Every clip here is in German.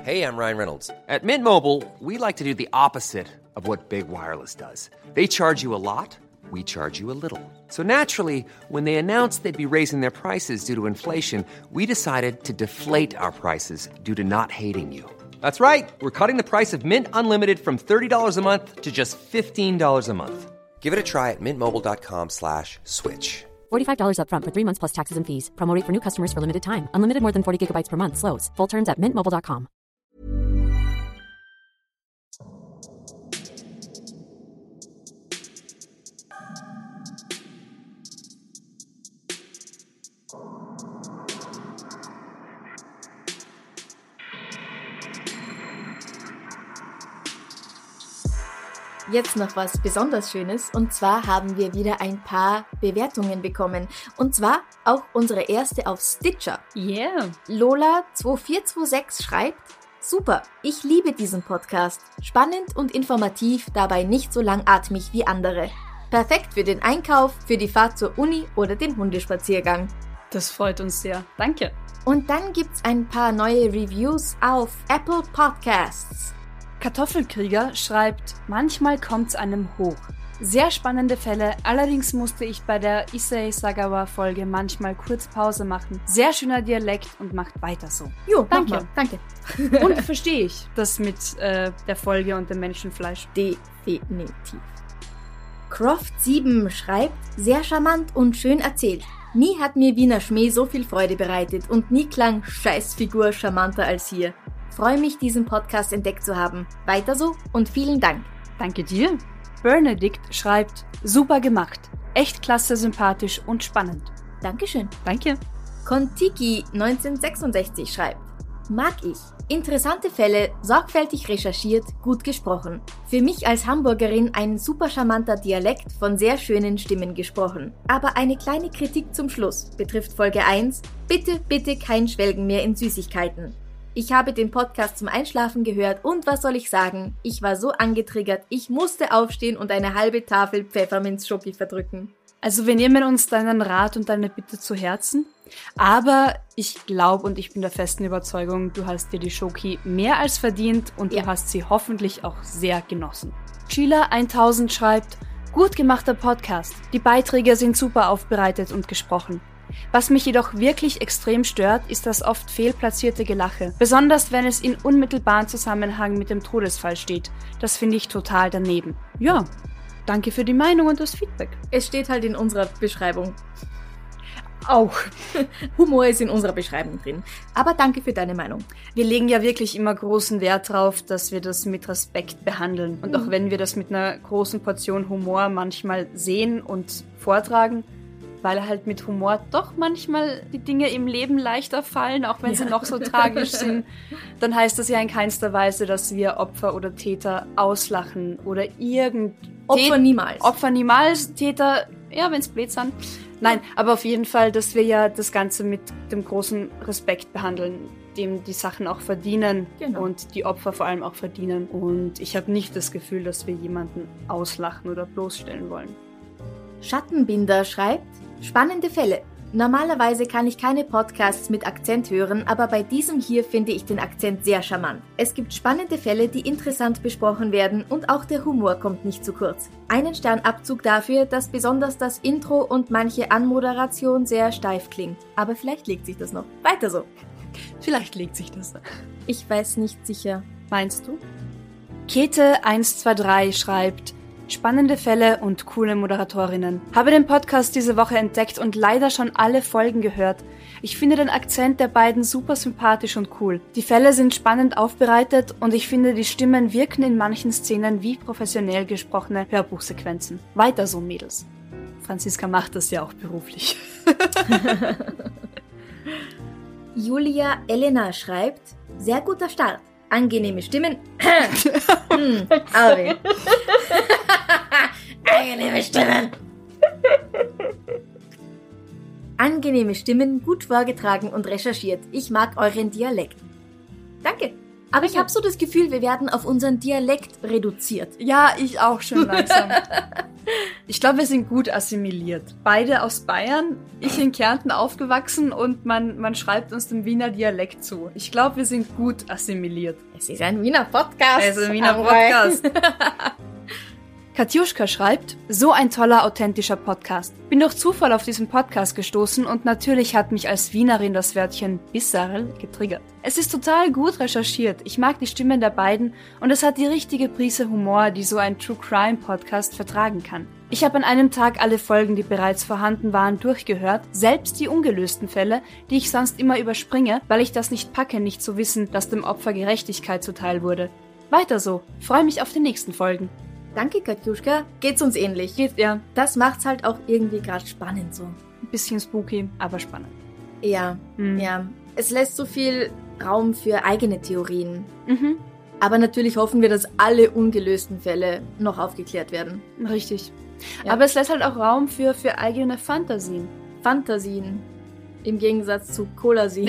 Hey, I'm Ryan Reynolds. At Mint Mobile, we like to do the opposite of what Big Wireless does. They charge you a lot, we charge you a little. So naturally, when they announced they'd be raising their prices due to inflation, we decided to deflate our prices due to not hating you. That's right. We're cutting the price of Mint Unlimited from $30 a month to just $15 a month. Give it a try at mintmobile.com/switch. $45 up front for 3 months plus taxes and fees. Promo rate for new customers for limited time. Unlimited more than 40 gigabytes per month. Slows full terms at mintmobile.com. Jetzt noch was besonders Schönes, und zwar haben wir wieder ein paar Bewertungen bekommen. Und zwar auch unsere erste auf Stitcher. Yeah. Lola2426 schreibt: Super, ich liebe diesen Podcast. Spannend und informativ, dabei nicht so langatmig wie andere. Perfekt für den Einkauf, für die Fahrt zur Uni oder den Hundespaziergang. Das freut uns sehr. Danke. Und dann gibt's ein paar neue Reviews auf Apple Podcasts. Kartoffelkrieger schreibt, manchmal kommt's einem hoch. Sehr spannende Fälle, allerdings musste ich bei der Issei Sagawa Folge manchmal kurz Pause machen. Sehr schöner Dialekt und macht weiter so. Jo, danke. Danke. Und verstehe ich das mit der Folge und dem Menschenfleisch. Definitiv. Croft7 schreibt, sehr charmant und schön erzählt. Nie hat mir Wiener Schmäh so viel Freude bereitet und nie klang Scheißfigur charmanter als hier. Freue mich, diesen Podcast entdeckt zu haben. Weiter so und vielen Dank. Danke dir. Benedikt schreibt, super gemacht. Echt klasse, sympathisch und spannend. Dankeschön. Danke. Kontiki 1966 schreibt, mag ich. Interessante Fälle, sorgfältig recherchiert, gut gesprochen. Für mich als Hamburgerin ein super charmanter Dialekt, von sehr schönen Stimmen gesprochen. Aber eine kleine Kritik zum Schluss, betrifft Folge 1. Bitte, bitte kein Schwelgen mehr in Süßigkeiten. Ich habe den Podcast zum Einschlafen gehört und was soll ich sagen? Ich war so angetriggert, ich musste aufstehen und eine halbe Tafel Pfefferminz-Schoki verdrücken. Also wir nehmen uns deinen Rat und deine Bitte zu Herzen, aber ich glaube und ich bin der festen Überzeugung, du hast dir die Schoki mehr als verdient und du hast sie hoffentlich auch sehr genossen. Sheila 1000 schreibt, gut gemachter Podcast. Die Beiträge sind super aufbereitet und gesprochen. Was mich jedoch wirklich extrem stört, ist das oft fehlplatzierte Gelache. Besonders wenn es in unmittelbarem Zusammenhang mit dem Todesfall steht. Das finde ich total daneben. Ja, danke für die Meinung und das Feedback. Es steht halt in unserer Beschreibung. Auch. Humor ist in unserer Beschreibung drin. Aber danke für deine Meinung. Wir legen ja wirklich immer großen Wert drauf, dass wir das mit Respekt behandeln. Und auch wenn wir das mit einer großen Portion Humor manchmal sehen und vortragen, weil halt mit Humor doch manchmal die Dinge im Leben leichter fallen, auch wenn sie noch so tragisch sind, dann heißt das ja in keinster Weise, dass wir Opfer oder Täter auslachen oder Opfer niemals. Opfer niemals, Täter, ja, wenn's blöd sind. Nein, aber auf jeden Fall, dass wir ja das Ganze mit dem großen Respekt behandeln, dem die Sachen auch verdienen und die Opfer vor allem auch verdienen. Und ich habe nicht das Gefühl, dass wir jemanden auslachen oder bloßstellen wollen. Schattenbinder schreibt, spannende Fälle. Normalerweise kann ich keine Podcasts mit Akzent hören, aber bei diesem hier finde ich den Akzent sehr charmant. Es gibt spannende Fälle, die interessant besprochen werden und auch der Humor kommt nicht zu kurz. Einen Sternabzug dafür, dass besonders das Intro und manche Anmoderation sehr steif klingt. Aber vielleicht legt sich das noch. Weiter so. Vielleicht legt sich das. Ich weiß nicht sicher. Meinst du? Kete123 schreibt, spannende Fälle und coole Moderatorinnen. Habe den Podcast diese Woche entdeckt und leider schon alle Folgen gehört. Ich finde den Akzent der beiden super sympathisch und cool. Die Fälle sind spannend aufbereitet und ich finde, die Stimmen wirken in manchen Szenen wie professionell gesprochene Hörbuchsequenzen. Weiter so, Mädels. Franziska macht das ja auch beruflich. Julia Elena schreibt, sehr guter Start. Angenehme Stimmen. Arvin. Angenehme Stimmen. Angenehme Stimmen, gut vorgetragen und recherchiert. Ich mag euren Dialekt. Danke. Aber ich habe so das Gefühl, wir werden auf unseren Dialekt reduziert. Ja, ich auch schon langsam. Ich glaube, wir sind gut assimiliert. Beide aus Bayern, ich in Kärnten aufgewachsen und man schreibt uns den Wiener Dialekt zu. Ich glaube, wir sind gut assimiliert. Es ist ein Wiener Podcast. Es ist ein Wiener Podcast. Katjuschka schreibt, so ein toller, authentischer Podcast. Bin durch Zufall auf diesen Podcast gestoßen und natürlich hat mich als Wienerin das Wörtchen Bisserl getriggert. Es ist total gut recherchiert, ich mag die Stimmen der beiden und es hat die richtige Prise Humor, die so ein True-Crime-Podcast vertragen kann. Ich habe an einem Tag alle Folgen, die bereits vorhanden waren, durchgehört, selbst die ungelösten Fälle, die ich sonst immer überspringe, weil ich das nicht packe, nicht zu wissen, dass dem Opfer Gerechtigkeit zuteil wurde. Weiter so, freue mich auf die nächsten Folgen. Danke, Katjuschka. Geht's uns ähnlich. Geht, ja. Das macht's halt auch irgendwie gerade spannend so. Ein bisschen spooky, aber spannend. Ja, ja. Es lässt so viel Raum für eigene Theorien. Mhm. Aber natürlich hoffen wir, dass alle ungelösten Fälle noch aufgeklärt werden. Richtig. Ja. Aber es lässt halt auch Raum für eigene Fantasien. Fantasien. Im Gegensatz zu Colasien.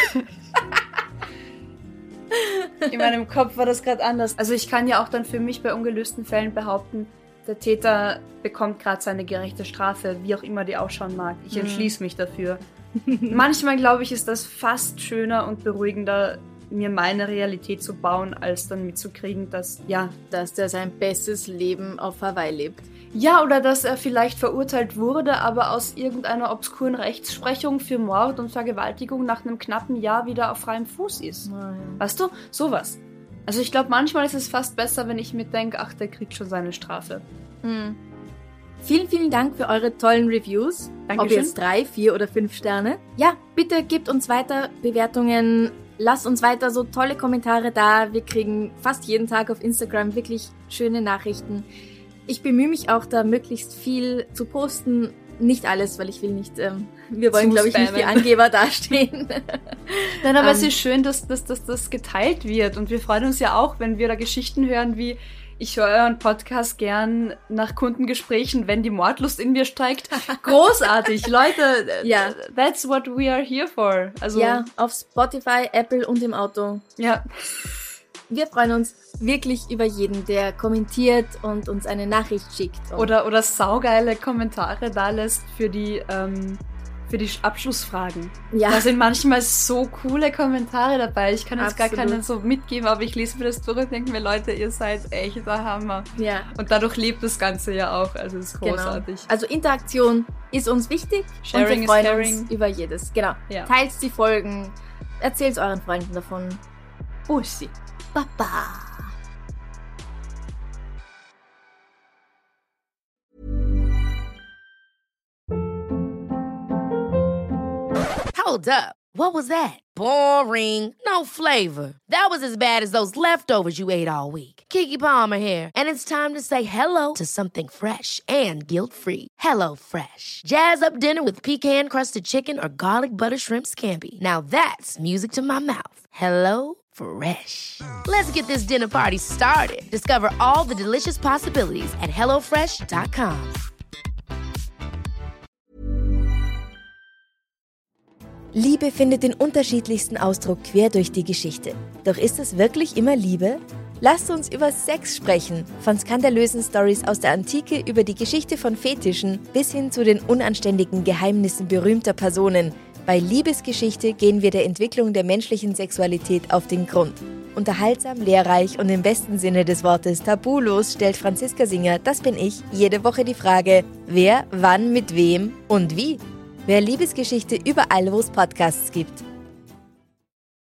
In meinem Kopf war das gerade anders. Also ich kann ja auch dann für mich bei ungelösten Fällen behaupten, der Täter bekommt gerade seine gerechte Strafe, wie auch immer die ausschauen mag. Ich entschließe mich dafür. Manchmal, glaube ich, ist das fast schöner und beruhigender, mir meine Realität zu bauen, als dann mitzukriegen, dass der sein bestes Leben auf Hawaii lebt. Ja, oder dass er vielleicht verurteilt wurde, aber aus irgendeiner obskuren Rechtsprechung für Mord und Vergewaltigung nach einem knappen Jahr wieder auf freiem Fuß ist. Oh, ja. Weißt du? Sowas. Also ich glaube, manchmal ist es fast besser, wenn ich mir denke, ach, der kriegt schon seine Strafe. Vielen, vielen Dank für eure tollen Reviews. Dankeschön. Ob jetzt 3, 4 oder 5 Sterne. Ja, bitte gebt uns weiter Bewertungen. Lasst uns weiter so tolle Kommentare da. Wir kriegen fast jeden Tag auf Instagram wirklich schöne Nachrichten. Ich bemühe mich auch da, möglichst viel zu posten. Nicht alles, weil ich will nicht, wir wollen, glaube ich, nicht die Angeber dastehen. Nein, aber es ist schön, dass das geteilt wird. Und wir freuen uns ja auch, wenn wir da Geschichten hören, wie ich höre euren Podcast gern nach Kundengesprächen, wenn die Mordlust in mir steigt. Großartig, Leute. Ja. That's what we are here for. Also, ja, auf Spotify, Apple und im Auto. Ja. Wir freuen uns wirklich über jeden, der kommentiert und uns eine Nachricht schickt. Oder saugeile Kommentare da lässt für die Abschlussfragen. Ja. Da sind manchmal so coole Kommentare dabei. Ich kann jetzt Absolut. gar keinen so mitgeben, aber ich lese mir das durch und denke mir, Leute, ihr seid echt der Hammer. Ja. Und dadurch lebt das Ganze ja auch. Also es ist großartig. Genau. Also Interaktion ist uns wichtig. Sharing und wir freuen is caring. uns über jedes. Genau. Ja. Teilt die Folgen. Erzählt euren Freunden davon. Bussi. Baba. Hold up. What was that? Boring. No flavor. That was as bad as those leftovers you ate all week. Keke Palmer here, and it's time to say hello to something fresh and guilt-free. HelloFresh. Jazz up dinner with pecan-crusted chicken or garlic butter shrimp scampi. Now that's music to my mouth. HelloFresh. Let's get this dinner party started. Discover all the delicious possibilities at HelloFresh.com. Liebe findet den unterschiedlichsten Ausdruck quer durch die Geschichte. Doch ist es wirklich immer Liebe? Lasst uns über Sex sprechen. Von skandalösen Storys aus der Antike über die Geschichte von Fetischen bis hin zu den unanständigen Geheimnissen berühmter Personen. Bei Liebesgeschichte gehen wir der Entwicklung der menschlichen Sexualität auf den Grund. Unterhaltsam, lehrreich und im besten Sinne des Wortes tabulos stellt Franziska Singer, das bin ich, jede Woche die Frage, wer, wann, mit wem und wie. Wer Liebesgeschichte überall, wo es Podcasts gibt.